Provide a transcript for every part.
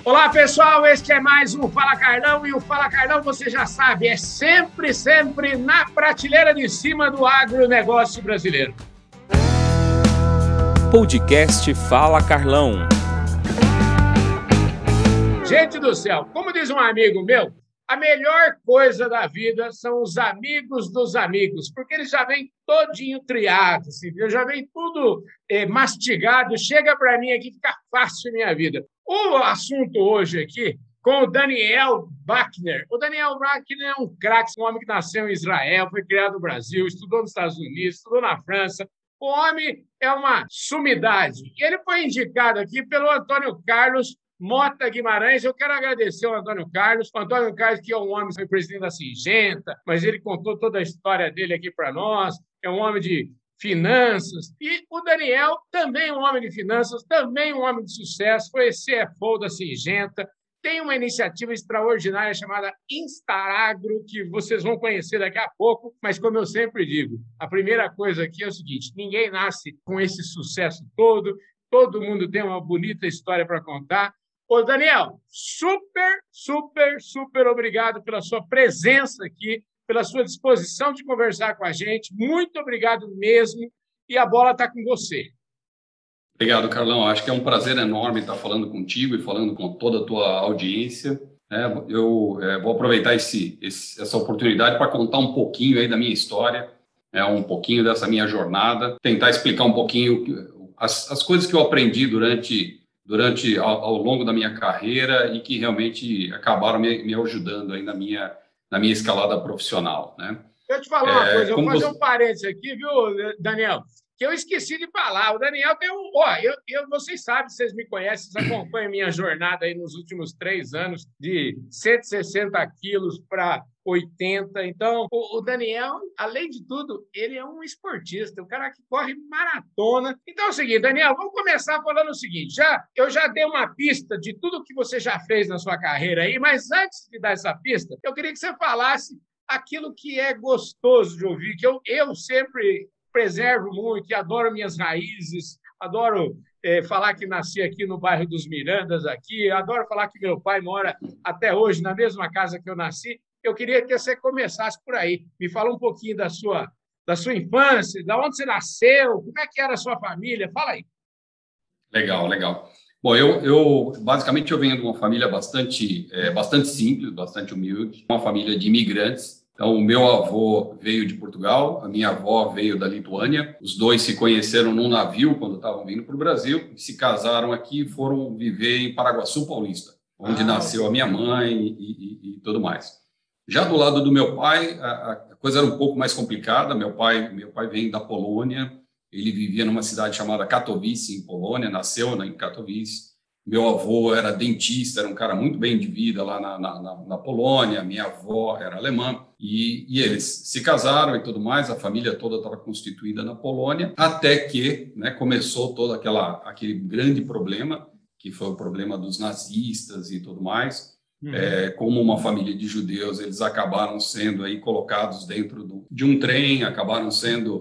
Olá, pessoal, este é mais um Fala Carlão, e o Fala Carlão, você já sabe, é sempre na prateleira de cima do agronegócio brasileiro. Podcast Fala Carlão. Gente do céu, como diz um amigo meu, a melhor coisa da vida são os amigos dos amigos, porque eles já vêm todinho triado, assim, já vem tudo mastigado, chega para mim aqui, fica fácil a minha vida. O assunto hoje aqui com o Daniel Bachner. O Daniel Bachner é um craque, um homem que nasceu em Israel, foi criado no Brasil, estudou nos Estados Unidos, estudou na França. O homem é uma sumidade. E ele foi indicado aqui pelo Antônio Carlos Mota Guimarães. Eu quero agradecer ao Antônio Carlos. O Antônio Carlos, que é um homem que foi presidente da Singenta, mas ele contou toda a história dele aqui para nós. É um homem de finanças. E o Daniel, também um homem de finanças, também um homem de sucesso, foi CFO da Singenta. Tem uma iniciativa extraordinária chamada Instaagro, que vocês vão conhecer daqui a pouco, mas como eu sempre digo, a primeira coisa aqui é o seguinte: ninguém nasce com esse sucesso todo mundo tem uma bonita história para contar. Ô, Daniel, super obrigado pela sua presença aqui, pela sua disposição de conversar com a gente. Muito obrigado mesmo, e a bola está com você. Obrigado, Carlão. Acho que é um prazer enorme estar falando contigo e falando com toda a tua audiência. Eu vou aproveitar essa oportunidade para contar um pouquinho aí da minha história, um pouquinho dessa minha jornada, tentar explicar um pouquinho as coisas que eu aprendi ao longo da minha carreira e que realmente acabaram me ajudando aí na minha escalada profissional, né? Deixa eu te falar uma coisa, eu vou fazer um parênteses aqui, viu, Daniel? Que eu esqueci de falar. O Daniel tem vocês sabem, vocês me conhecem, vocês acompanham minha jornada aí nos últimos 3 anos, de 160 quilos para 80. Então, o Daniel, além de tudo, ele é um esportista, um cara que corre maratona. Então é o seguinte, Daniel, vamos começar falando o seguinte: eu já dei uma pista de tudo que você já fez na sua carreira aí, mas antes de dar essa pista, eu queria que você falasse aquilo que é gostoso de ouvir, que eu sempre preservo muito e adoro minhas raízes, adoro falar que nasci aqui no bairro dos Mirandas, aqui, adoro falar que meu pai mora até hoje na mesma casa que eu nasci. Eu queria que você começasse por aí. Me fala um pouquinho da sua infância, de onde você nasceu, como é que era a sua família, fala aí. Legal. Bom, eu basicamente venho de uma família bastante simples, bastante humilde, uma família de imigrantes. Então, o meu avô veio de Portugal, a minha avó veio da Lituânia. Os dois se conheceram num navio quando estavam vindo para o Brasil, se casaram aqui e foram viver em Paraguaçu Paulista, onde nasceu a minha mãe e tudo mais. Já do lado do meu pai, a coisa era um pouco mais complicada. Meu pai vem da Polônia, ele vivia numa cidade chamada Katowice, em Polônia, nasceu em Katowice. Meu avô era dentista, era um cara muito bem de vida lá na Polônia. Minha avó era alemã e eles se casaram e tudo mais. A família toda estava constituída na Polônia, até que começou todo aquele grande problema, que foi o problema dos nazistas e tudo mais. Como uma família de judeus, eles acabaram sendo aí colocados dentro de um trem, acabaram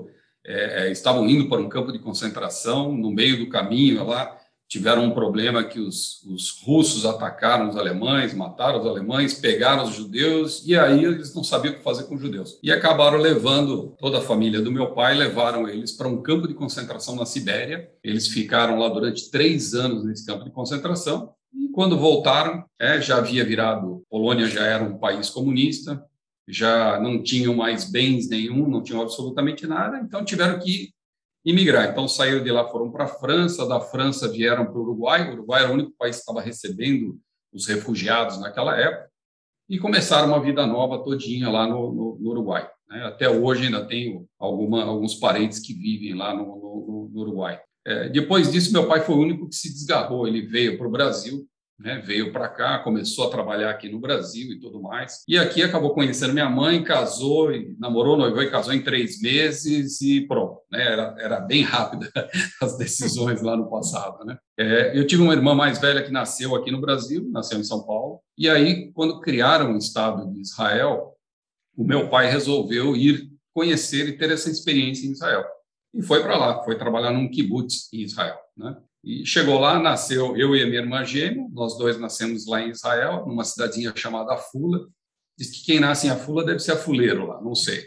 estavam indo para um campo de concentração. No meio do caminho lá, tiveram um problema que os russos atacaram os alemães, mataram os alemães, pegaram os judeus, e aí eles não sabiam o que fazer com os judeus. E acabaram levando toda a família do meu pai, levaram eles para um campo de concentração na Sibéria. Eles ficaram lá durante 3 anos nesse campo de concentração, e quando voltaram, já havia virado, Polônia já era um país comunista, já não tinham mais bens nenhum, não tinham absolutamente nada, então tiveram que imigrar. Então saíram de lá, foram para a França, da França vieram para o Uruguai era o único país que estava recebendo os refugiados naquela época, e começaram uma vida nova todinha lá no Uruguai. Até hoje ainda tenho alguns parentes que vivem lá no Uruguai. Depois disso, meu pai foi o único que se desgarrou. Ele veio para o Brasil, veio para cá, começou a trabalhar aqui no Brasil e tudo mais. E aqui acabou conhecendo minha mãe, casou, namorou, noivou e casou em 3 meses e pronto. Era bem rápida as decisões lá no passado. Eu tive uma irmã mais velha que nasceu aqui no Brasil, nasceu em São Paulo. E aí, quando criaram o Estado de Israel, o meu pai resolveu ir conhecer e ter essa experiência em Israel. E foi para lá, foi trabalhar num kibbutz em Israel. E chegou lá, nasceu eu e a minha irmã gêmea, nós dois nascemos lá em Israel, numa cidadezinha chamada Afula. Diz que quem nasce em Afula deve ser afuleiro lá, não sei.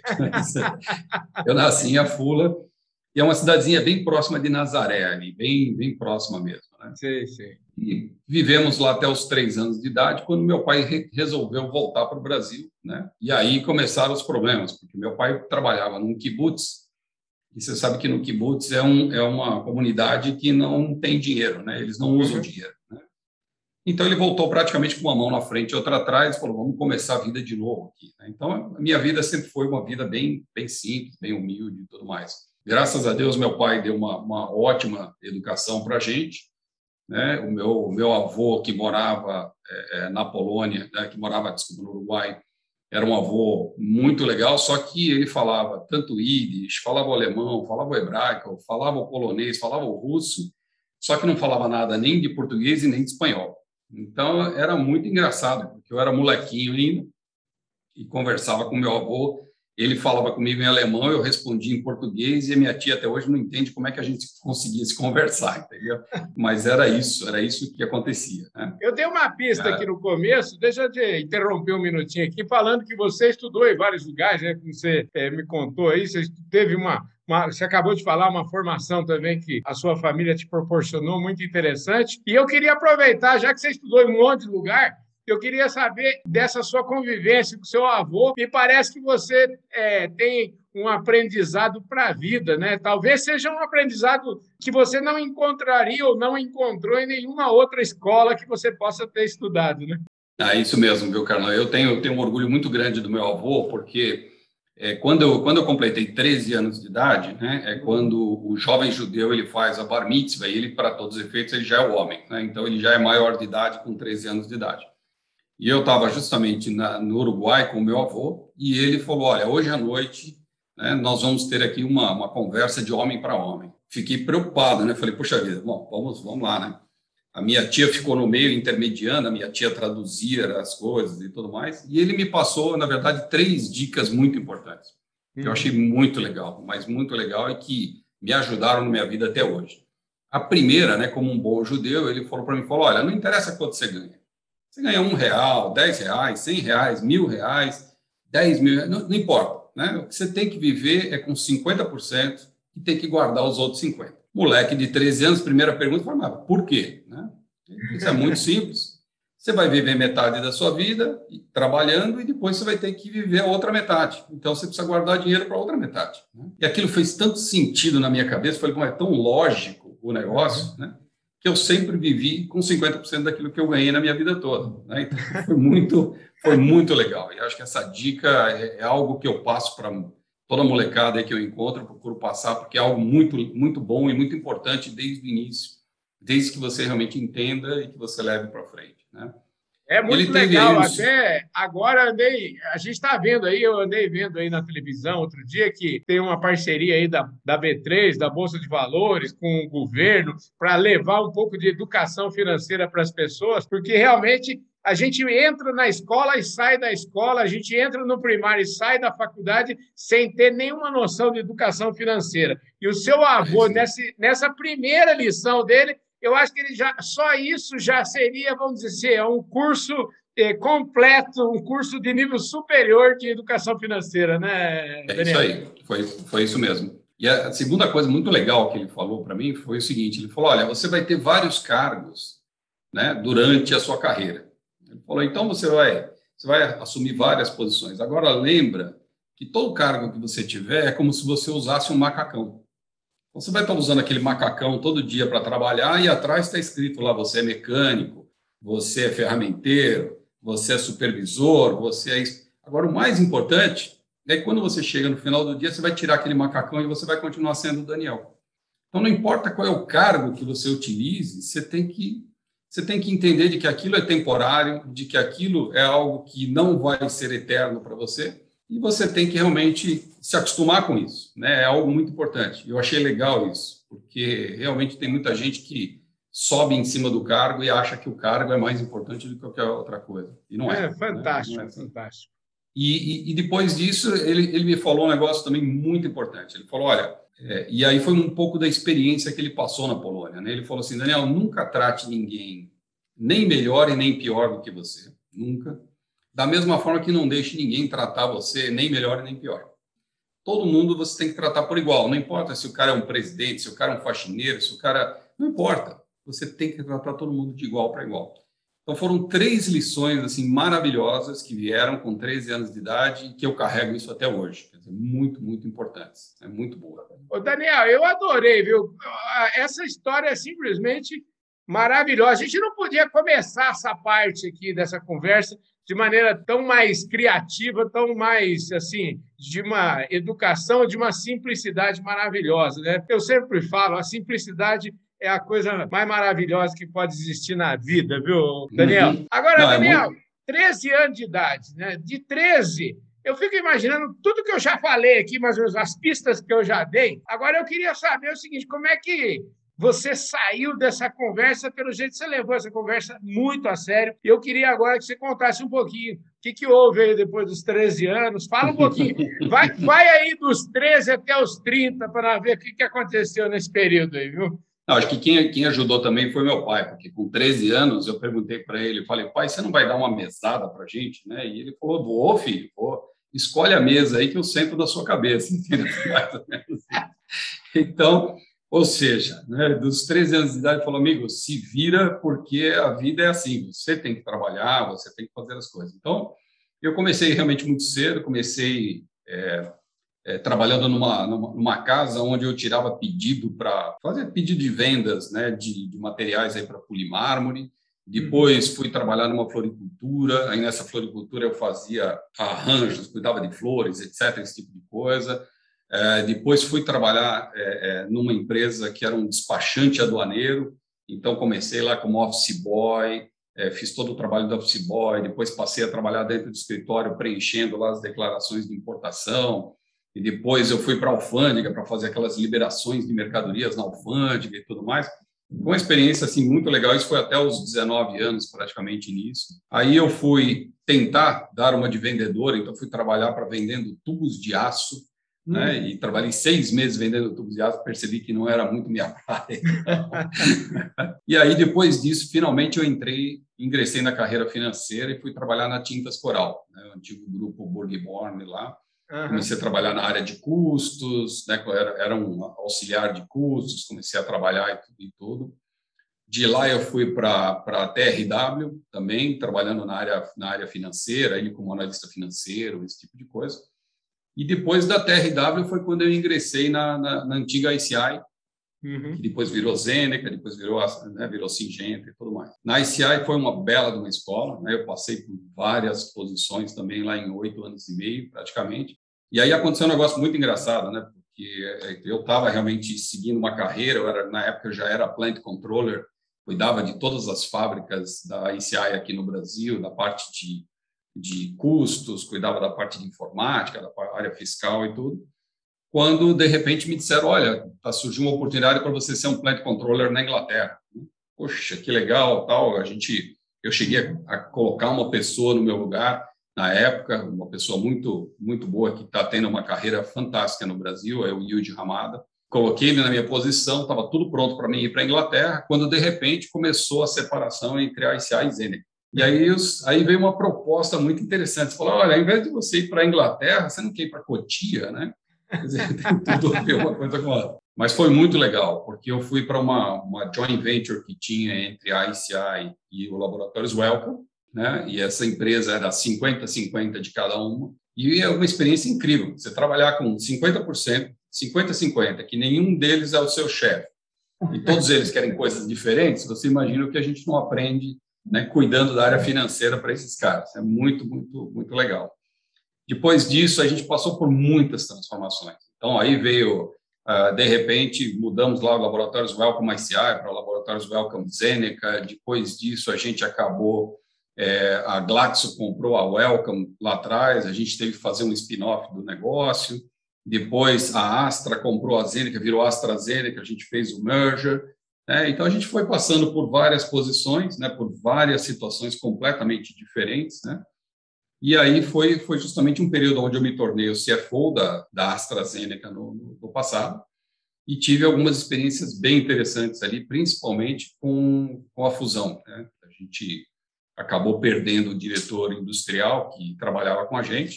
Eu nasci em Afula, e é uma cidadezinha bem próxima de Nazaré, ali, bem próxima mesmo. Né? Sim, sim. E vivemos lá até os 3 anos de idade, quando meu pai resolveu voltar para o Brasil. Né? E aí começaram os problemas, porque meu pai trabalhava num kibutz, e você sabe que no kibutz é uma comunidade que não tem dinheiro, né? Eles não usam dinheiro. Né? Então, ele voltou praticamente com uma mão na frente e outra atrás, falou, vamos começar a vida de novo aqui. Né? Então, a minha vida sempre foi uma vida bem simples, bem humilde e tudo mais. Graças a Deus, meu pai deu uma ótima educação para a gente. Né? O meu avô, que morava na Polônia, né? Que morava, desculpa, no Uruguai, era um avô muito legal, só que ele falava tanto ídis, falava o alemão, falava o hebraico, falava o polonês, falava o russo, só que não falava nada nem de português e nem de espanhol. Então, era muito engraçado, porque eu era molequinho ainda e conversava com meu avô. Ele falava comigo em alemão, eu respondia em português e a minha tia até hoje não entende como é que a gente conseguia se conversar, entendeu? Mas era isso que acontecia. Né? Eu dei uma pista aqui no começo, deixa eu te interromper um minutinho aqui, falando que você estudou em vários lugares, né? Como você me contou aí, você teve você acabou de falar uma formação também que a sua família te proporcionou, muito interessante. E eu queria aproveitar, já que você estudou em um monte de lugar, eu queria saber dessa sua convivência com seu avô. Me parece que você tem um aprendizado para a vida, né? Talvez seja um aprendizado que você não encontraria ou não encontrou em nenhuma outra escola que você possa ter estudado, né? Isso mesmo, viu, Carlão? Eu tenho um orgulho muito grande do meu avô, porque quando eu completei 13 anos de idade, né, é quando o jovem judeu ele faz a bar mitzvah, e ele, para todos os efeitos, ele já é homem, né? Então ele já é maior de idade com 13 anos de idade. E eu estava justamente no Uruguai com o meu avô, e ele falou, olha, hoje à noite, né, nós vamos ter aqui uma conversa de homem para homem. Fiquei preocupado, né? Falei, puxa vida, bom, vamos lá, né? A minha tia ficou no meio intermediando, a minha tia traduzia as coisas e tudo mais, e ele me passou, na verdade, 3 dicas muito importantes, que eu achei muito legal, mas muito legal e que me ajudaram na minha vida até hoje. A primeira, né, como um bom judeu, ele falou para mim, olha, não interessa quanto você ganha. Você ganha R$1, R$10, R$100, R$1.000, R$10.000, não importa. Né? O que você tem que viver é com 50% e tem que guardar os outros 50%. Moleque de 13 anos, primeira pergunta, fala, mas por quê? Né? Isso é muito simples. Você vai viver metade da sua vida trabalhando e depois você vai ter que viver a outra metade. Então, você precisa guardar dinheiro para a outra metade. Né? E aquilo fez tanto sentido na minha cabeça, falei, como é tão lógico o negócio, né? Que eu sempre vivi com 50% daquilo que eu ganhei na minha vida toda. Né? Então, foi muito legal. E acho que essa dica é algo que eu passo para toda molecada aí que eu encontro, eu procuro passar, porque é algo muito, muito bom e muito importante desde o início, desde que você realmente entenda e que você leve para frente. Né? É muito legal. Até agora a gente está vendo aí, eu andei vendo aí na televisão outro dia que tem uma parceria aí da B3, da Bolsa de Valores, com o governo, para levar um pouco de educação financeira para as pessoas, porque realmente a gente entra na escola e sai da escola, a gente entra no primário e sai da faculdade sem ter nenhuma noção de educação financeira. E o seu avô, nessa primeira lição dele, eu acho que ele só isso já seria, vamos dizer, um curso completo, um curso de nível superior de educação financeira, né, Daniel? É isso aí, foi isso mesmo. E a segunda coisa muito legal que ele falou para mim foi o seguinte, ele falou, olha, você vai ter vários cargos, né, durante a sua carreira. Ele falou, então você vai assumir várias posições. Agora, lembra que todo cargo que você tiver é como se você usasse um macacão. Você vai estar usando aquele macacão todo dia para trabalhar e atrás está escrito lá, você é mecânico, você é ferramenteiro, você é supervisor, você é... Agora, o mais importante é que quando você chega no final do dia, você vai tirar aquele macacão e você vai continuar sendo o Daniel. Então, não importa qual é o cargo que você utilize, você tem que entender de que aquilo é temporário, de que aquilo é algo que não vai ser eterno para você, e você tem que realmente se acostumar com isso, né? É algo muito importante. Eu achei legal isso, porque realmente tem muita gente que sobe em cima do cargo e acha que o cargo é mais importante do que qualquer outra coisa. E não é. Fantástico, né? Não é assim. Fantástico. E depois disso, ele me falou um negócio também muito importante. Ele falou, olha, E aí foi um pouco da experiência que ele passou na Polônia, né? Ele falou assim, Daniel, nunca trate ninguém nem melhor e nem pior do que você, nunca. Da mesma forma que não deixe ninguém tratar você nem melhor e nem pior. Todo mundo você tem que tratar por igual, não importa se o cara é um presidente, se o cara é um faxineiro, se o cara... Não importa, você tem que tratar todo mundo de igual para igual. Então foram 3 lições assim, maravilosas que vieram com 13 anos de idade e que eu carrego isso até hoje. Quer dizer, muito, muito importantes. É muito boa. Ô, Daniel, eu adorei, viu? Essa história é simplesmente maravilhosa. A gente não podia começar essa parte aqui dessa conversa de maneira tão mais criativa, tão mais, assim, de uma educação, de uma simplicidade maravilhosa, né? Eu sempre falo, a simplicidade é a coisa mais maravilhosa que pode existir na vida, viu, Daniel? Agora, não, Daniel, muito... 13 anos de idade, né? De 13, eu fico imaginando tudo que eu já falei aqui, mas as pistas que eu já dei. Agora, eu queria saber o seguinte, como é que você saiu dessa conversa? Pelo jeito, você levou essa conversa muito a sério. E eu queria agora que você contasse um pouquinho o que houve aí depois dos 13 anos. Fala um pouquinho. Vai aí dos 13 até os 30 para ver o que aconteceu nesse período aí, viu? Não, acho que quem ajudou também foi meu pai, porque com 13 anos eu perguntei para ele, eu falei, pai, você não vai dar uma mesada para a gente? Né? E ele falou, vou, filho, vou. Escolhe a mesa aí que eu sento da sua cabeça. Mais ou menos assim. Então, ou seja, né, dos 13 anos de idade, ele falou, amigo, se vira porque a vida é assim, você tem que trabalhar, você tem que fazer as coisas. Então, eu comecei realmente muito cedo, comecei... trabalhando numa casa onde eu tirava pedido para fazer pedido de vendas, né, de materiais aí para polir mármore. Depois fui trabalhar numa floricultura. Aí nessa floricultura eu fazia arranjos, cuidava de flores, etc, esse tipo de coisa. Depois fui trabalhar numa empresa que era um despachante aduaneiro. Então comecei lá como office boy. Fiz todo o trabalho do office boy. Depois passei a trabalhar dentro do escritório preenchendo lá as declarações de importação. E depois eu fui para a alfândega para fazer aquelas liberações de mercadorias na alfândega e tudo mais. Uma experiência assim muito legal, isso foi até os 19 anos praticamente nisso. Aí eu fui tentar dar uma de vendedor, então fui trabalhar para vendendo tubos de aço, né? E trabalhei 6 meses vendendo tubos de aço, percebi que não era muito minha praia. E aí depois disso, finalmente eu ingressei na carreira financeira e fui trabalhar na Tintas Coral, né? O antigo grupo Borg-Born lá. Comecei a trabalhar na área de custos, né? Era um auxiliar de custos, comecei a trabalhar e tudo. De lá eu fui para a TRW também, trabalhando na área financeira, aí como analista financeiro, esse tipo de coisa. E depois da TRW foi quando eu ingressei na antiga ICI, que depois virou Zeneca, depois virou Syngenta e tudo mais. Na ICI foi uma bela de uma escola, né? Eu passei por várias posições também lá em 8 anos e meio, praticamente. E aí aconteceu um negócio muito engraçado, né? Porque eu estava realmente seguindo uma carreira, na época eu já era plant controller, cuidava de todas as fábricas da ICI aqui no Brasil, da parte de custos, cuidava da parte de informática, da área fiscal e tudo. Quando, de repente, me disseram, olha, surgiu uma oportunidade para você ser um plant controller na Inglaterra. Poxa, que legal, tal. Eu cheguei a colocar uma pessoa no meu lugar, na época, uma pessoa muito, muito boa, que está tendo uma carreira fantástica no Brasil, é o Yuji Hamada. Coloquei ele na minha posição, estava tudo pronto para mim ir para a Inglaterra, quando, de repente, começou a separação entre a ICI e Zeneca. E aí veio uma proposta muito interessante. Você falou, olha, ao invés de você ir para a Inglaterra, você não quer ir para Cotia, né? Quer dizer, tem tudo a ver uma coisa com a outra. Mas foi muito legal, porque eu fui para uma joint venture que tinha entre a ICI e o Laboratórios Wellcome, né? E essa empresa era 50-50 de cada uma. E é uma experiência incrível. Você trabalhar com 50%, 50-50, que nenhum deles é o seu chefe, e todos eles querem coisas diferentes, você imagina o que a gente não aprende, né, cuidando da área financeira para esses caras. É muito, muito, muito legal. Depois disso, a gente passou por muitas transformações. Então, aí veio, de repente, mudamos lá o Laboratórios Wellcome ICI para o Laboratórios Wellcome Zeneca. Depois disso, a gente acabou, a Glaxo comprou a Wellcome lá atrás, a gente teve que fazer um spin-off do negócio. Depois, a Astra comprou a Zeneca, virou AstraZeneca, a gente fez o merger. Então, a gente foi passando por várias posições, né, por várias situações completamente diferentes, né? E aí foi justamente um período onde eu me tornei o CFO da AstraZeneca no passado. e tive algumas experiências bem interessantes ali, principalmente com a fusão, né? A gente acabou perdendo o diretor industrial que trabalhava com a gente,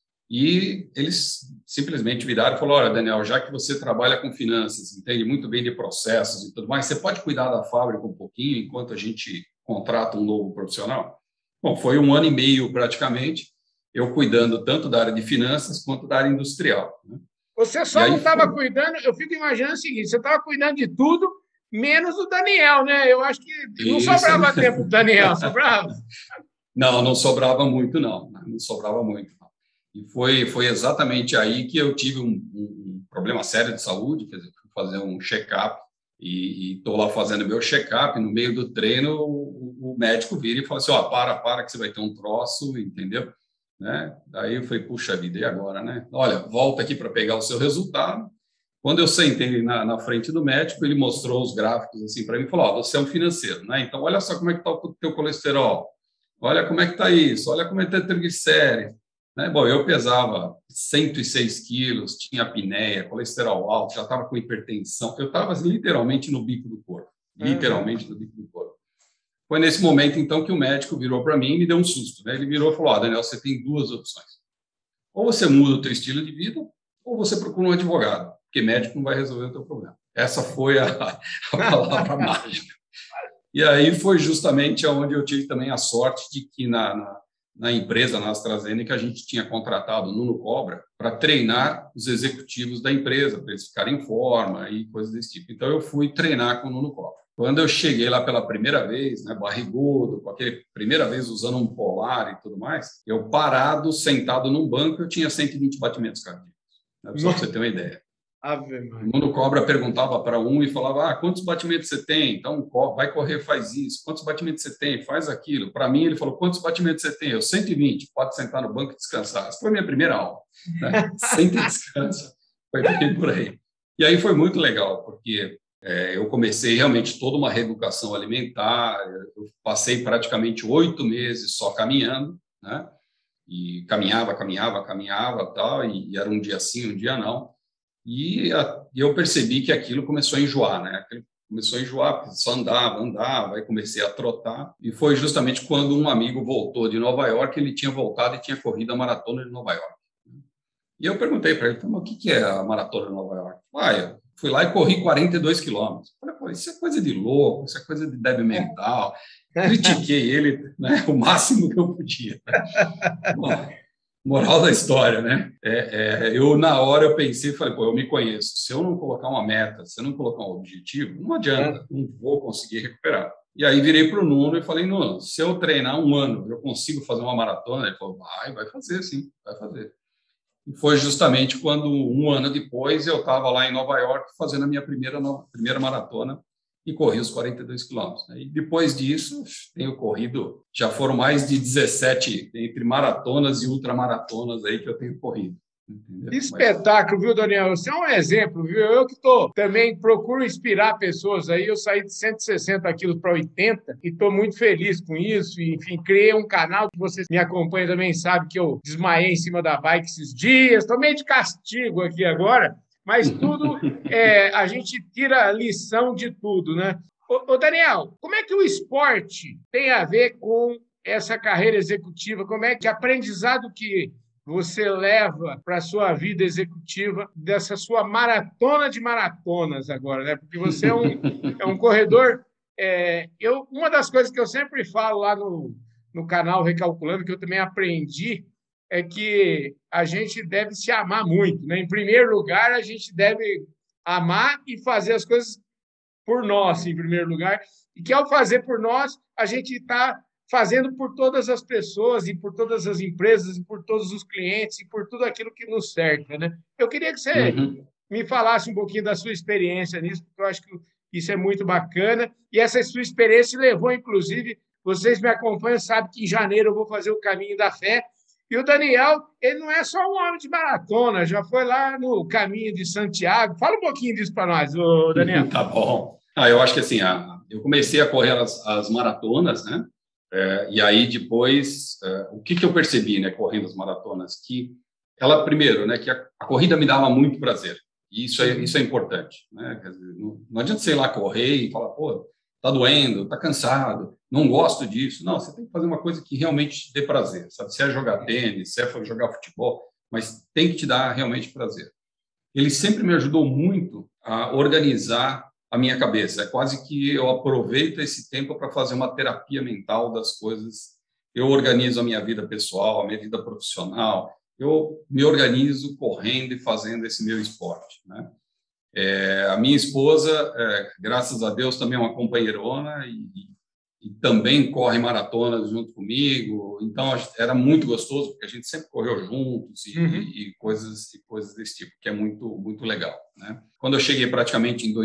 e eles simplesmente viraram e falaram: olha, Daniel, já que você trabalha com finanças, entende muito bem de processos e tudo mais, você pode cuidar da fábrica um pouquinho enquanto a gente contrata um novo profissional? Bom, foi 1 ano e meio praticamente, eu cuidando tanto da área de finanças quanto da área industrial, né? Você só não estava cuidando, eu fico imaginando o seguinte, você estava cuidando de tudo, menos do Daniel, né? Eu acho que não sobrava tempo do Daniel, sobrava? Não, não sobrava muito, não. Não sobrava muito, não. E foi exatamente aí que eu tive um problema sério de saúde, quer dizer, fui fazer um check-up e estou lá fazendo meu check-up, no meio do treino o médico vira e fala assim: ó, para que você vai ter um troço, entendeu? Né? Daí eu falei: puxa vida, e agora, né? Olha, volta aqui para pegar o seu resultado. Quando eu sentei na frente do médico, ele mostrou os gráficos assim para mim e falou: ó, você é um financeiro, né? Então olha só como é que está o teu colesterol, olha como é que está isso, olha como é que está triglicérides, né? Bom, eu pesava 106 quilos, tinha apneia, colesterol alto, já estava com hipertensão, eu estava literalmente no bico do corpo, literalmente no bico do corpo. Foi nesse momento, então, que o médico virou para mim e me deu um susto, né? Ele virou e falou: ó, Daniel, você tem 2 opções. Ou você muda o teu estilo de vida, ou você procura um advogado, porque médico não vai resolver o teu problema. Essa foi a palavra mágica. E aí foi justamente onde eu tive também a sorte de que na empresa, na AstraZeneca, a gente tinha contratado o Nuno Cobra para treinar os executivos da empresa, para eles ficarem em forma e coisas desse tipo. Então, eu fui treinar com o Nuno Cobra. Quando eu cheguei lá pela primeira vez, né, barrigudo, com aquele primeira vez usando um polar e tudo mais, eu parado, sentado num banco, eu tinha 120 batimentos cardíacos, né, só para você ter uma ideia. O Nuno Cobra perguntava para um e falava: quantos batimentos você tem? Então, vai correr, faz isso. Quantos batimentos você tem? Faz aquilo. Para mim, ele falou: quantos batimentos você tem? Eu, 120. Pode sentar no banco e descansar. Essa foi a minha primeira aula, né? Senta e descansa. Foi por aí. E aí foi muito legal, porque eu comecei realmente toda uma reeducação alimentar. Eu passei praticamente 8 meses só caminhando, né? E caminhava, tal, e era um dia sim, um dia não. E eu percebi que aquilo começou a enjoar, né? Começou a enjoar, porque só andava, aí comecei a trotar. E foi justamente quando um amigo voltou de Nova York, ele tinha voltado e tinha corrido a maratona de Nova York. E eu perguntei para ele: mas o que é a maratona de Nova York? Eu fui lá e corri 42 quilômetros. Falei: pô, isso é coisa de louco, isso é coisa de débil mental. Critiquei ele, né, o máximo que eu podia. Bom, moral da história, né? Eu, na hora, eu pensei e falei: pô, eu me conheço. Se eu não colocar uma meta, se eu não colocar um objetivo, não adianta, não vou conseguir recuperar. E aí virei para o Nuno e falei: Nuno, se eu treinar 1 ano, eu consigo fazer uma maratona? Ele falou: vai fazer, sim, vai fazer. E foi justamente quando, 1 ano depois, eu estava lá em Nova York fazendo a minha primeira maratona e corri os 42 quilômetros. E depois disso, tenho corrido, já foram mais de 17 entre maratonas e ultramaratonas aí que eu tenho corrido. Entendeu? Espetáculo, viu, Daniel? Você é um exemplo, viu? Eu que também procuro inspirar pessoas aí. Eu saí de 160 quilos para 80 e estou muito feliz com isso. E, enfim, criei um canal que vocês me acompanham também, sabe que eu desmaiei em cima da bike esses dias. Estou meio de castigo aqui agora, mas tudo a gente tira lição de tudo, né? Ô, Daniel, como é que o esporte tem a ver com essa carreira executiva? Como é que aprendizado que você leva para a sua vida executiva dessa sua maratona de maratonas agora, né? Porque você é um corredor. Uma das coisas que eu sempre falo lá no canal Recalculando, que eu também aprendi, é que a gente deve se amar muito, né? Em primeiro lugar, a gente deve amar e fazer as coisas por nós, em primeiro lugar, e que ao fazer por nós, a gente está fazendo por todas as pessoas e por todas as empresas e por todos os clientes e por tudo aquilo que nos cerca, né? Eu queria que você me falasse um pouquinho da sua experiência nisso, porque eu acho que isso é muito bacana. E essa sua experiência levou, inclusive, vocês me acompanham, sabem que em janeiro eu vou fazer o Caminho da Fé. E o Daniel, ele não é só um homem de maratona, já foi lá no Caminho de Santiago. Fala um pouquinho disso para nós, Daniel. Tá bom. Eu acho que assim, eu comecei a correr as maratonas, né? E aí depois, o que eu percebi, né, correndo as maratonas? Que ela, primeiro, né, que a corrida me dava muito prazer. E isso é importante, né? Quer dizer, não adianta você ir lá correr e falar, pô, tá doendo, tá cansado, não gosto disso. Não, você tem que fazer uma coisa que realmente te dê prazer, sabe? Se é jogar tênis, se é jogar futebol, mas tem que te dar realmente prazer. Ele sempre me ajudou muito a organizar a minha cabeça. É quase que eu aproveito esse tempo para fazer uma terapia mental das coisas. Eu organizo a minha vida pessoal, a minha vida profissional. Eu me organizo correndo e fazendo esse meu esporte, né? A minha esposa, graças a Deus, também é uma companheirona e também corre maratonas junto comigo. Então, era muito gostoso, porque a gente sempre correu juntos e coisas desse tipo, que é muito, muito legal, né? Quando eu cheguei praticamente em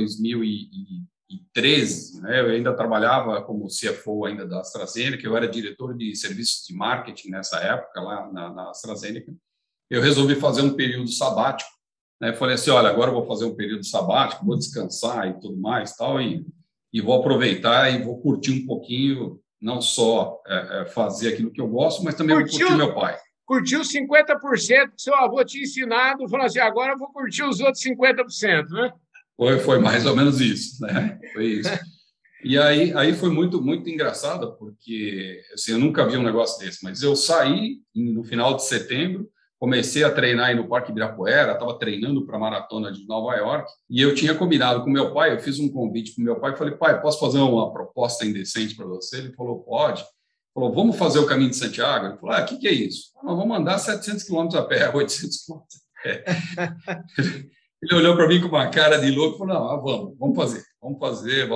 2013, né, eu ainda trabalhava como CFO ainda da AstraZeneca, eu era diretor de serviços de marketing nessa época, lá na AstraZeneca. Eu resolvi fazer um período sabático, né? Falei assim, olha, agora eu vou fazer um período sabático, vou descansar e tudo mais, tal, e vou aproveitar e vou curtir um pouquinho, não só fazer aquilo que eu gosto, mas também vou curtir meu pai. Curtiu 50% que seu avô tinha ensinado, falou assim, agora eu vou curtir os outros 50%, né? Foi mais ou menos isso, né? Foi isso. E aí foi muito, muito engraçado, porque assim, eu nunca vi um negócio desse, mas eu saí no final de setembro, comecei a treinar aí no Parque Ibirapuera, estava treinando para a maratona de Nova York, e eu tinha combinado com meu pai, eu fiz um convite para o meu pai, falei, pai, posso fazer uma proposta indecente para você? Ele falou, pode. Ele falou, vamos fazer o Caminho de Santiago? Ele falou, o que é isso? Nós vamos andar 700 quilômetros a pé, 800 quilômetros a pé. Ele olhou para mim com uma cara de louco e falou, não, vamos fazer,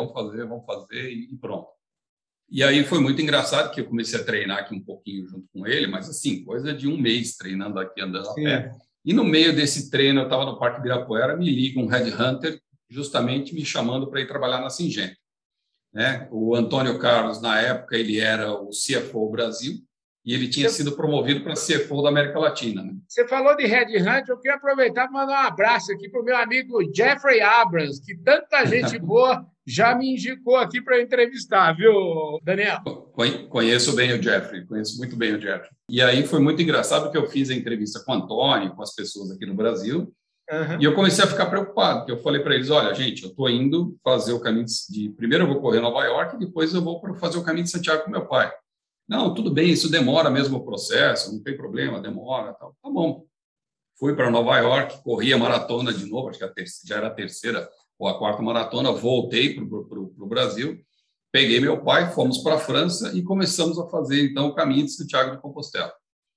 e pronto. E aí foi muito engraçado que eu comecei a treinar aqui um pouquinho junto com ele, mas assim, coisa de um mês treinando aqui, andando a pé. E no meio desse treino, eu estava no Parque Ibirapuera, me liga um headhunter, justamente me chamando para ir trabalhar na Syngenta, né? O Antônio Carlos, na época, ele era o CFO Brasil e ele tinha sido promovido para CFO da América Latina, né? Você falou de headhunter, eu queria aproveitar para mandar um abraço aqui para o meu amigo Jeffrey Abrams, que tanta gente boa já me indicou aqui para entrevistar, viu, Daniel? Conheço bem o Jeffrey, conheço muito bem o Jeffrey. E aí foi muito engraçado que eu fiz a entrevista com o Antônio, com as pessoas aqui no Brasil, e eu comecei a ficar preocupado, porque eu falei para eles, olha, gente, eu estou indo fazer o caminho de... Primeiro eu vou correr Nova York, e depois eu vou fazer o caminho de Santiago com meu pai. Não, tudo bem, isso demora mesmo o processo, não tem problema, demora, tal. Tá bom. Fui para Nova York, corri a maratona de novo, acho que já era a terceira ou a quarta maratona, voltei para o Brasil, peguei meu pai, fomos para a França e começamos a fazer, então, o caminho de Santiago de Compostela.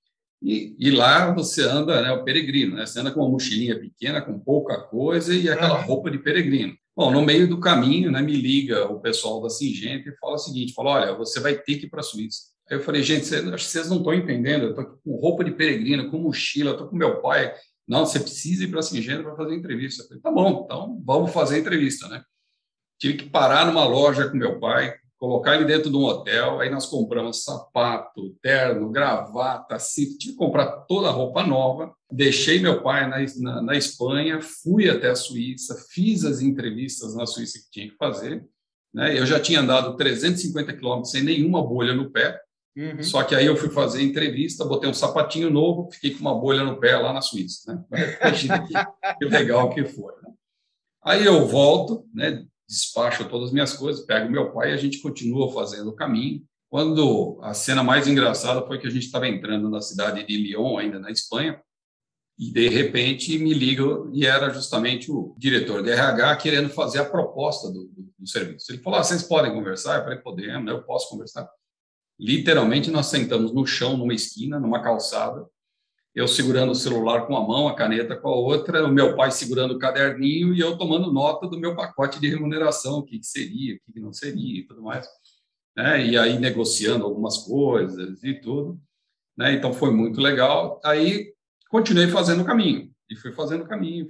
E lá você anda, né, o peregrino, né? Você anda com uma mochilinha pequena, com pouca coisa e aquela roupa de peregrino. Bom, no meio do caminho, né, me liga o pessoal da Syngenta e fala o seguinte, olha, você vai ter que ir para a Suíça. Aí eu falei, gente, acho que vocês não estão entendendo, eu estou com roupa de peregrino, com mochila, estou com meu pai. Não, você precisa ir para a Syngenta para fazer entrevista. Eu falei, tá bom, então vamos fazer a entrevista, né? Tive que parar numa loja com meu pai, colocar ele dentro de um hotel, aí nós compramos sapato, terno, gravata, tive que comprar toda a roupa nova, deixei meu pai na Espanha, fui até a Suíça, fiz as entrevistas na Suíça que tinha que fazer, né? Eu já tinha andado 350 quilômetros sem nenhuma bolha no pé, só que aí eu fui fazer a entrevista, botei um sapatinho novo, fiquei com uma bolha no pé lá na Suíça, né? Imagina que legal que foi, né? Aí eu volto, né? Despacho todas as minhas coisas, pego meu pai e a gente continua fazendo o caminho. Quando a cena mais engraçada foi que a gente estava entrando na cidade de Lyon, ainda na Espanha, e de repente me ligam e era justamente o diretor de RH querendo fazer a proposta do serviço. Ele falou, vocês podem conversar? Eu falei, podemos, eu posso conversar. Literalmente nós sentamos no chão, numa esquina, numa calçada, eu segurando o celular com a mão, a caneta com a outra, o meu pai segurando o caderninho e eu tomando nota do meu pacote de remuneração, o que seria, o que não seria e tudo mais, né? E aí negociando algumas coisas e tudo, né? Então foi muito legal. Aí continuei fazendo o caminho e fui fazendo o caminho.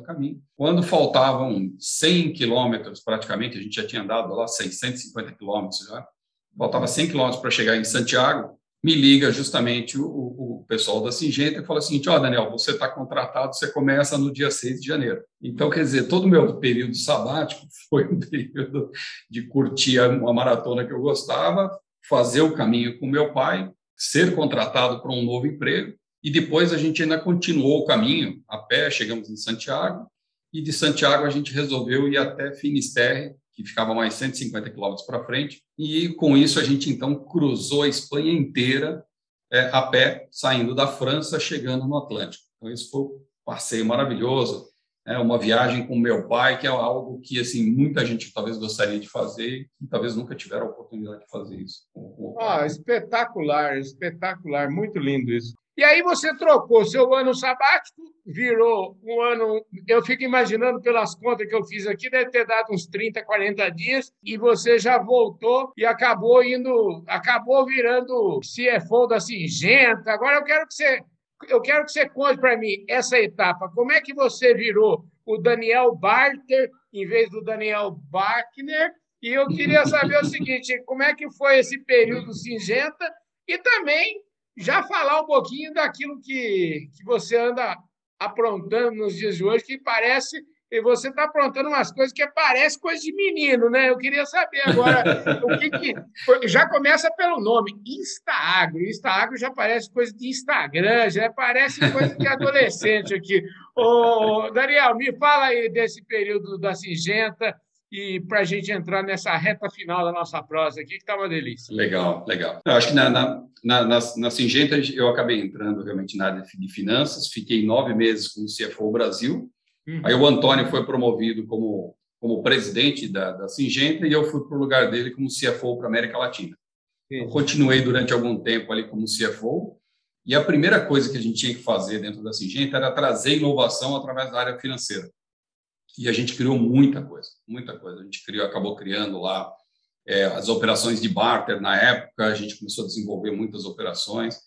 Quando faltavam 100 quilômetros praticamente, a gente já tinha andado lá 650 quilômetros já, faltava 100 quilômetros para chegar em Santiago, me liga justamente o pessoal da Syngenta e fala o seguinte, Daniel, você está contratado, você começa no dia 6 de janeiro. Então, quer dizer, todo o meu período sabático foi um período de curtir uma maratona que eu gostava, fazer o caminho com meu pai, ser contratado para um novo emprego, e depois a gente ainda continuou o caminho a pé, chegamos em Santiago, e de Santiago a gente resolveu ir até Finisterre, que ficava mais 150 quilômetros para frente, e com isso a gente então cruzou a Espanha inteira a pé, saindo da França, chegando no Atlântico. Então isso foi um passeio maravilhoso, uma viagem com meu pai, que é algo que assim muita gente talvez gostaria de fazer e talvez nunca tiveram a oportunidade de fazer isso com o pai. Espetacular, espetacular, muito lindo isso. E aí você trocou seu ano sabático, virou um ano, eu fico imaginando pelas contas que eu fiz aqui, deve ter dado uns 30, 40 dias, e você já voltou e acabou virando CFO da Syngenta. Agora eu quero que você conte para mim essa etapa. Como é que você virou o Daniel Barter em vez do Daniel Bachner? E eu queria saber o seguinte, como é que foi esse período Syngenta e também já falar um pouquinho daquilo que você anda aprontando nos dias de hoje, que parece que você está aprontando umas coisas que parece coisa de menino, né? Eu queria saber agora já começa pelo nome, Instaagro. Instaagro já parece coisa de Instagram, já parece coisa de adolescente aqui. Ô, Daniel, me fala aí desse período da Syngenta e para a gente entrar nessa reta final da nossa prosa aqui, que está uma delícia. Legal, legal. Eu acho que na Syngenta eu acabei entrando realmente na área de finanças, fiquei 9 meses como CFO Brasil, aí o Antônio foi promovido como presidente da Syngenta e eu fui para o lugar dele como CFO para a América Latina. Eu continuei durante algum tempo ali como CFO e a primeira coisa que a gente tinha que fazer dentro da Syngenta era trazer inovação através da área financeira. E a gente criou muita coisa, muita coisa. A gente acabou criando lá as operações de barter na época, a gente começou a desenvolver muitas operações,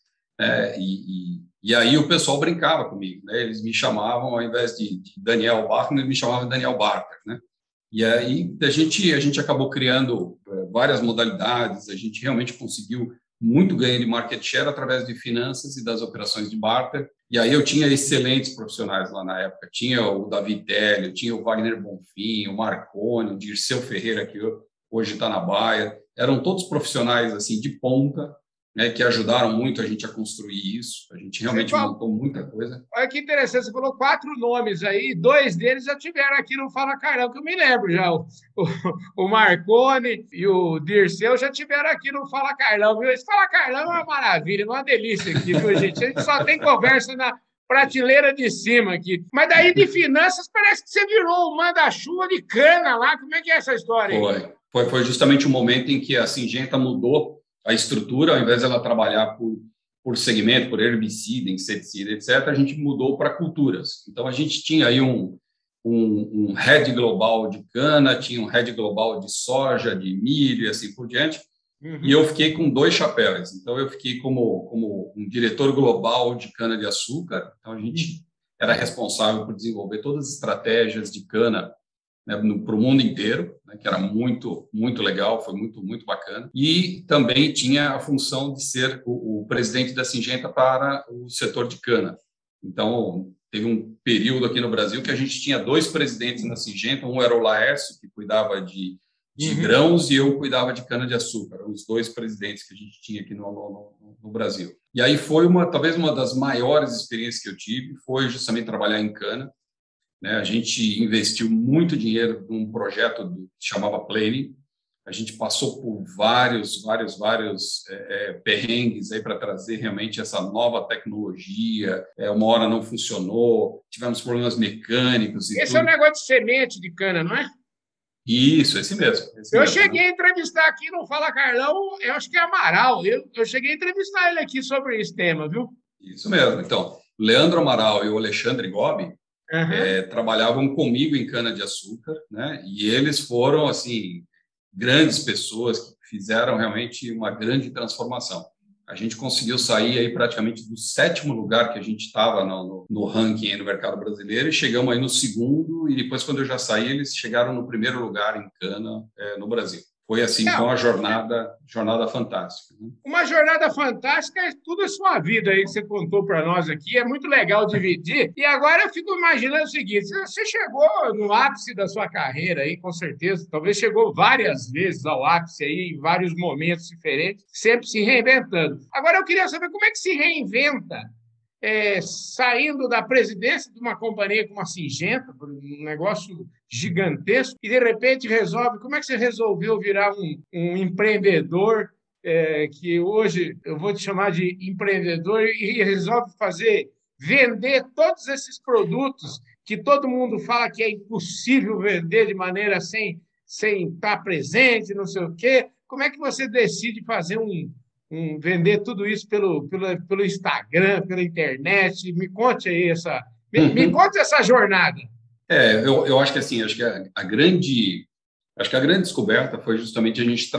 e aí o pessoal brincava comigo, né? Eles me chamavam, ao invés de Daniel Bachner, eles me chamavam de Daniel Barter, né? E aí a gente acabou criando várias modalidades, a gente realmente conseguiu muito ganho de market share através de finanças e das operações de barter. E aí eu tinha excelentes profissionais lá na época. Tinha o Davi Telio, tinha o Wagner Bonfim, o Marconi, o Dirceu Ferreira, que hoje está na Bayer. Eram todos profissionais assim de ponta, né, que ajudaram muito a gente a construir isso. A gente realmente montou muita coisa. Olha que interessante, você falou 4 nomes aí, 2 deles já tiveram aqui no Fala Carlão, que eu me lembro já. O Marconi e o Dirceu já tiveram aqui no Fala Carlão, viu? Esse Fala Carlão é uma maravilha, uma delícia aqui, viu, gente? A gente só tem conversa na prateleira de cima aqui. Mas daí de finanças parece que você virou o manda-chuva de cana lá. Como é que é essa história aí? Foi justamente o momento em que a Syngenta mudou a estrutura, ao invés de ela trabalhar por segmento, por herbicida, inseticida, etc., a gente mudou para culturas. Então, a gente tinha aí um head global de cana, tinha um head global de soja, de milho e assim por diante, e eu fiquei com 2 chapéus. Então, eu fiquei como um diretor global de cana-de-açúcar, então a gente era responsável por desenvolver todas as estratégias de cana, né, para o mundo inteiro, né, que era muito, muito legal, foi muito, muito bacana. E também tinha a função de ser o presidente da Syngenta para o setor de cana. Então, teve um período aqui no Brasil que a gente tinha 2 presidentes na Syngenta, um era o Laércio, que cuidava de grãos, e eu cuidava de cana-de-açúcar. Eram os 2 presidentes que a gente tinha aqui no Brasil. E aí foi talvez uma das maiores experiências que eu tive, foi justamente trabalhar em cana. Né? A gente investiu muito dinheiro num projeto que chamava Planning. A gente passou por vários perrengues aí para trazer realmente essa nova tecnologia. Uma hora não funcionou, tivemos problemas mecânicos. Esse é um negócio de semente de cana, não é? Isso, esse mesmo. Eu cheguei a entrevistar aqui no Fala Carlão, eu acho que é Amaral. Eu cheguei a entrevistar ele aqui sobre esse tema, viu? Isso mesmo. Então, Leandro Amaral e o Alexandre Gobi trabalhavam comigo em cana-de-açúcar, né? E eles foram, assim, grandes pessoas que fizeram realmente uma grande transformação. A gente conseguiu sair aí praticamente do 7º lugar que a gente estava no ranking no mercado brasileiro e chegamos aí no 2º, e depois, quando eu já saí, eles chegaram no 1º lugar em cana no Brasil. Foi assim, foi uma jornada fantástica. Né? Uma jornada fantástica, tudo a sua vida aí que você contou para nós aqui, é muito legal dividir. E agora eu fico imaginando o seguinte, você chegou no ápice da sua carreira aí, com certeza, talvez chegou várias vezes ao ápice aí, em vários momentos diferentes, sempre se reinventando. Agora eu queria saber como é que se reinventa saindo da presidência de uma companhia como a Singenta, um negócio gigantesco, e de repente resolve. Como é que você resolveu virar um empreendedor, que hoje eu vou te chamar de empreendedor, e resolve vender todos esses produtos que todo mundo fala que é impossível vender de maneira sem estar presente, não sei o quê? Como é que você decide fazer vender tudo isso pelo Instagram, pela internet? Me conte aí me conte essa jornada. Eu acho que assim, acho que a grande descoberta foi justamente a gente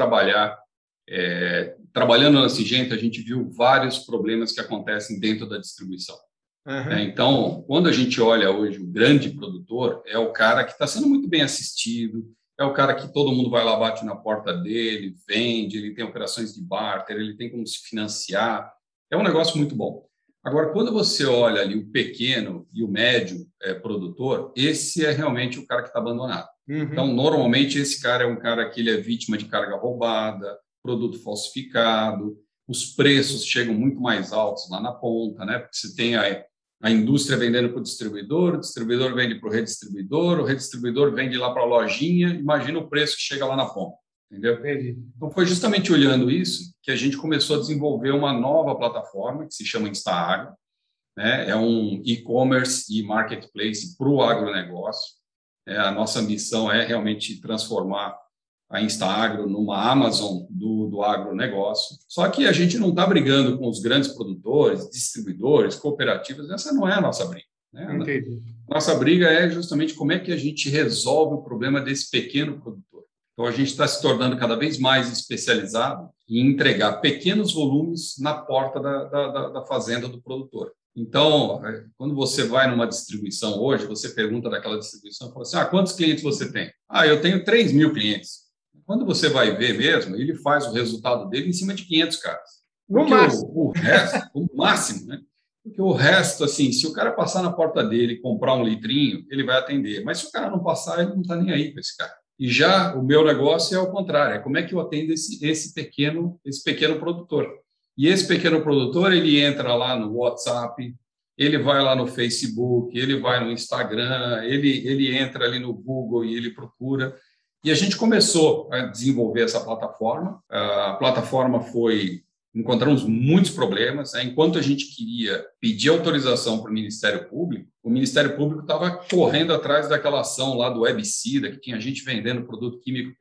trabalhando na Singenta, a gente viu vários problemas que acontecem dentro da distribuição. Uhum. Então, quando a gente olha hoje o grande produtor, é o cara que está sendo muito bem assistido, é o cara que todo mundo vai lá, bate na porta dele, vende, ele tem operações de barter, ele tem como se financiar, é um negócio muito bom. Agora, quando você olha ali o pequeno e o médio produtor, esse é realmente o cara que está abandonado. Uhum. Então, normalmente, esse cara é um cara que ele é vítima de carga roubada, produto falsificado, os preços chegam muito mais altos lá na ponta, né? Porque você tem a indústria vendendo para o distribuidor vende para o redistribuidor vende lá para a lojinha, imagina o preço que chega lá na ponta, entendeu? Então, foi justamente olhando isso que a gente começou a desenvolver uma nova plataforma que se chama InstaAgro, né? É um e-commerce e marketplace para o agronegócio. A nossa missão é realmente transformar a InstaAgro numa Amazon do agronegócio. Só que a gente não está brigando com os grandes produtores, distribuidores, cooperativas, essa não é a nossa briga. Né? Entendi. Nossa briga é justamente como é que a gente resolve o problema desse pequeno produtor. Então, a gente está se tornando cada vez mais especializado em entregar pequenos volumes na porta da fazenda do produtor. Então, quando você vai numa distribuição hoje, você pergunta daquela distribuição, fala assim, quantos clientes você tem? Eu tenho 3.000 clientes. Quando você vai ver mesmo, ele faz o resultado dele em cima de 500 caras. Porque o resto, o máximo, né? Porque o resto, assim, se o cara passar na porta dele e comprar um litrinho, ele vai atender. Mas se o cara não passar, ele não está nem aí com esse cara. E já o meu negócio é ao contrário, é como é que eu atendo esse pequeno produtor. E esse pequeno produtor, ele entra lá no WhatsApp, ele vai lá no Facebook, ele vai no Instagram, ele entra ali no Google e ele procura. E a gente começou a desenvolver essa plataforma. A plataforma encontramos muitos problemas. Enquanto a gente queria pedir autorização para o Ministério Público estava correndo atrás daquela ação lá do Webcida, que tinha gente vendendo produto químico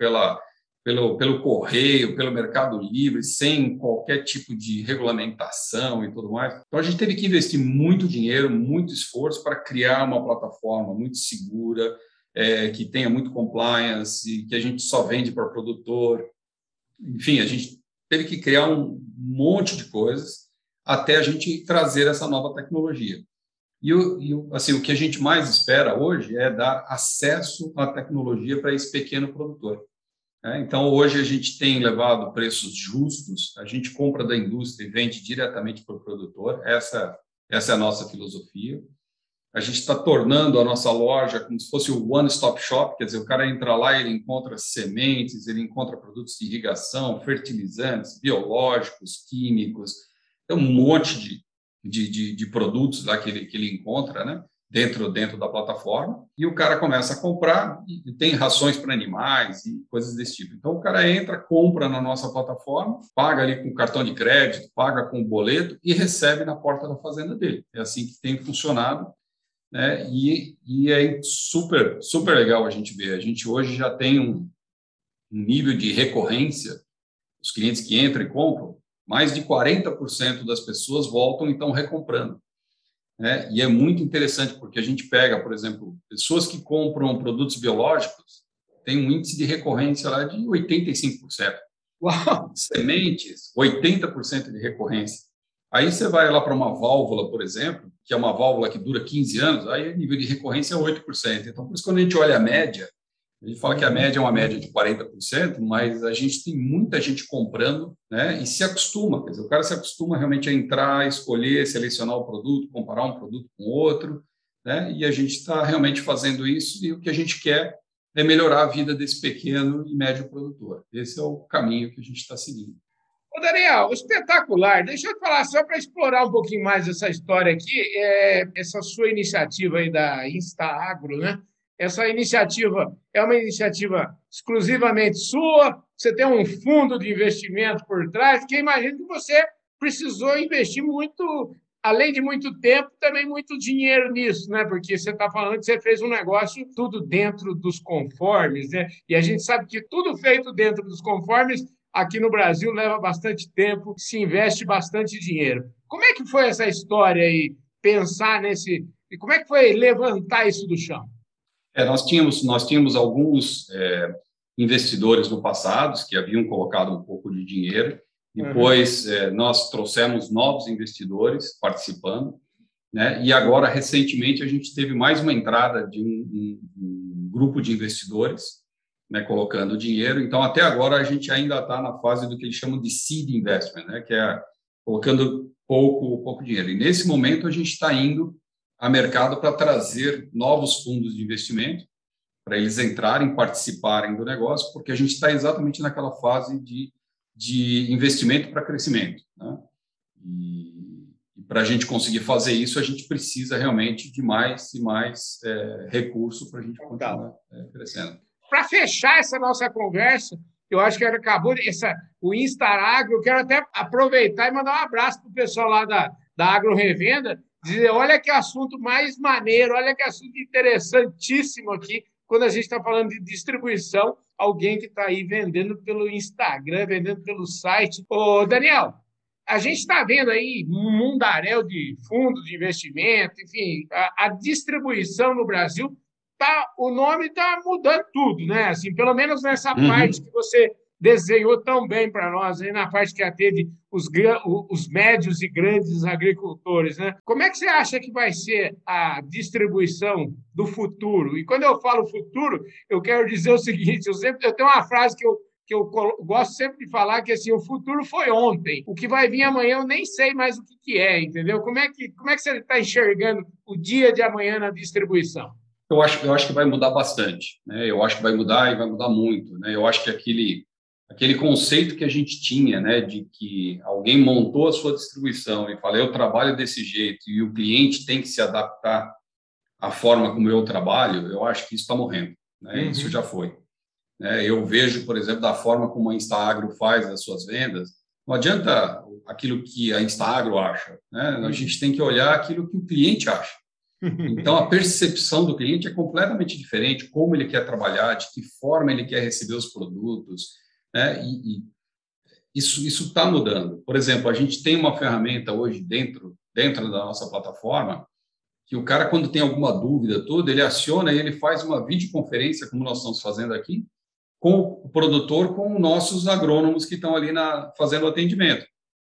pelo correio, pelo Mercado Livre, sem qualquer tipo de regulamentação e tudo mais. Então, a gente teve que investir muito dinheiro, muito esforço para criar uma plataforma muito segura, que tenha muito compliance, e que a gente só vende para o produtor. Enfim, a gente teve que criar um monte de coisas até a gente trazer essa nova tecnologia. E assim, o que a gente mais espera hoje é dar acesso à tecnologia para esse pequeno produtor. Então, hoje a gente tem levado preços justos, a gente compra da indústria e vende diretamente para o produtor, essa é a nossa filosofia. A gente está tornando a nossa loja como se fosse o one-stop shop, quer dizer, o cara entra lá e ele encontra sementes, ele encontra produtos de irrigação, fertilizantes, biológicos, químicos, tem um monte de produtos lá que ele encontra, né, dentro da plataforma, e o cara começa a comprar, e tem rações para animais e coisas desse tipo. Então, o cara entra, compra na nossa plataforma, paga ali com cartão de crédito, paga com boleto e recebe na porta da fazenda dele. É assim que tem funcionado. E é super, super legal a gente ver. A gente hoje já tem um nível de recorrência, os clientes que entram e compram, mais de 40% das pessoas voltam e estão recomprando. E é muito interessante, porque a gente pega, por exemplo, pessoas que compram produtos biológicos, tem um índice de recorrência lá de 85%. Uau! Sementes, 80% de recorrência. Aí você vai lá para uma válvula, por exemplo, que é uma válvula que dura 15 anos, aí o nível de recorrência é 8%. Então, por isso, quando a gente olha a média, a gente fala que a média é uma média de 40%, mas a gente tem muita gente comprando, né, e se acostuma. Quer dizer, o cara se acostuma realmente a entrar, escolher, selecionar o produto, comparar um produto com outro, né, e a gente está realmente fazendo isso, e o que a gente quer é melhorar a vida desse pequeno e médio produtor. Esse é o caminho que a gente está seguindo. Ô, Daniel, espetacular. Deixa eu te falar, só para explorar um pouquinho mais essa história aqui, essa sua iniciativa aí da InstaAgro, né? Essa iniciativa é uma iniciativa exclusivamente sua, você tem um fundo de investimento por trás, que imagino que você precisou investir muito, além de muito tempo, também muito dinheiro nisso, né? Porque você está falando que você fez um negócio tudo dentro dos conformes, né? E a gente sabe que tudo feito dentro dos conformes aqui no Brasil leva bastante tempo, se investe bastante dinheiro. Como é que foi essa história aí, pensar nesse... E como é que foi levantar isso do chão? Nós tínhamos alguns investidores no passado que haviam colocado um pouco de dinheiro. Depois, nós trouxemos novos investidores participando, né? E agora, recentemente, a gente teve mais uma entrada de um grupo de investidores, né, colocando dinheiro. Então, até agora, a gente ainda está na fase do que eles chamam de seed investment, né, que é colocando pouco dinheiro. E, nesse momento, a gente está indo a mercado para trazer novos fundos de investimento, para eles entrarem, participarem do negócio, porque a gente está exatamente naquela fase de investimento para crescimento, né? E para a gente conseguir fazer isso, a gente precisa realmente de mais e mais recurso para a gente continuar crescendo. Para fechar essa nossa conversa, eu acho que acabou o InstaAgro. Eu quero até aproveitar e mandar um abraço para o pessoal lá da Agro Revenda, dizer, olha que assunto mais maneiro, olha que assunto interessantíssimo aqui, quando a gente está falando de distribuição, alguém que está aí vendendo pelo Instagram, vendendo pelo site. Ô, Daniel, a gente está vendo aí um mundaréu de fundos de investimento, enfim, a distribuição no Brasil, o nome está mudando tudo, né? Assim, pelo menos nessa parte que você desenhou tão bem para nós, aí na parte que atende os médios e grandes agricultores, né? Como é que você acha que vai ser a distribuição do futuro? E quando eu falo futuro, eu quero dizer o seguinte, eu tenho uma frase que eu gosto sempre de falar, que assim, o futuro foi ontem, o que vai vir amanhã eu nem sei mais o que é, entendeu? Como é que você está enxergando o dia de amanhã na distribuição? Eu acho que vai mudar bastante, né? Eu acho que vai mudar e vai mudar muito, né? Eu acho que aquele conceito que a gente tinha, né, de que alguém montou a sua distribuição e fala, eu trabalho desse jeito e o cliente tem que se adaptar à forma como eu trabalho, eu acho que isso está morrendo, né? Isso já foi. Eu vejo, por exemplo, da forma como a InstaAgro faz as suas vendas, não adianta aquilo que a InstaAgro acha, né? A gente tem que olhar aquilo que o cliente acha. Então, a percepção do cliente é completamente diferente, como ele quer trabalhar, de que forma ele quer receber os produtos, né? E isso está mudando. Por exemplo, a gente tem uma ferramenta hoje dentro da nossa plataforma, que o cara, quando tem alguma dúvida toda, ele aciona e ele faz uma videoconferência, como nós estamos fazendo aqui, com o produtor, com nossos agrônomos que estão ali fazendo o atendimento.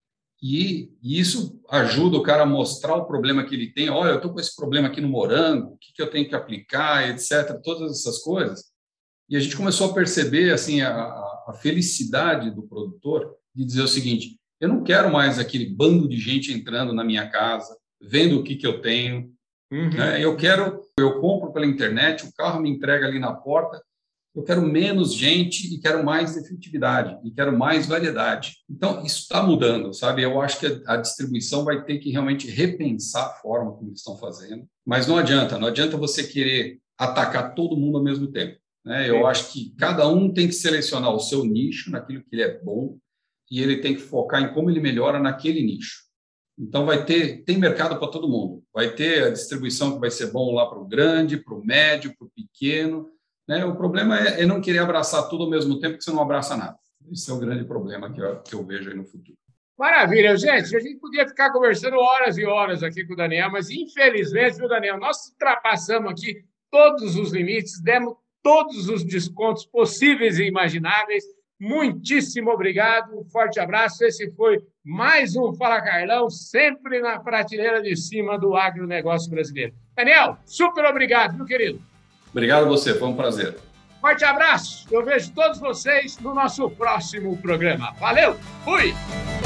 E isso ajuda o cara a mostrar o problema que ele tem. Olha, eu estou com esse problema aqui no morango, o que eu tenho que aplicar, etc. Todas essas coisas. E a gente começou a perceber assim, a felicidade do produtor de dizer o seguinte, eu não quero mais aquele bando de gente entrando na minha casa, vendo o que eu tenho. Né? Eu compro pela internet, o carro me entrega ali na porta. Eu quero menos gente e quero mais efetividade, e quero mais variedade. Então, isso está mudando, sabe? Eu acho que a distribuição vai ter que realmente repensar a forma como eles estão fazendo, mas não adianta você querer atacar todo mundo ao mesmo tempo, né? Eu acho que cada um tem que selecionar o seu nicho, naquilo que ele é bom, e ele tem que focar em como ele melhora naquele nicho. Então, tem mercado para todo mundo. Vai ter a distribuição que vai ser bom lá para o grande, para o médio, para o pequeno, né? O problema é não querer abraçar tudo ao mesmo tempo que você não abraça nada. Esse é o grande problema que eu vejo aí no futuro. Maravilha, gente. A gente podia ficar conversando horas e horas aqui com o Daniel, mas infelizmente, viu, Daniel, nós ultrapassamos aqui todos os limites, demos todos os descontos possíveis e imagináveis. Muitíssimo obrigado, um forte abraço. Esse foi mais um Fala Carlão, sempre na prateleira de cima do agronegócio brasileiro. Daniel, super obrigado, meu querido. Obrigado a você, foi um prazer. Forte abraço, eu vejo todos vocês no nosso próximo programa. Valeu, fui!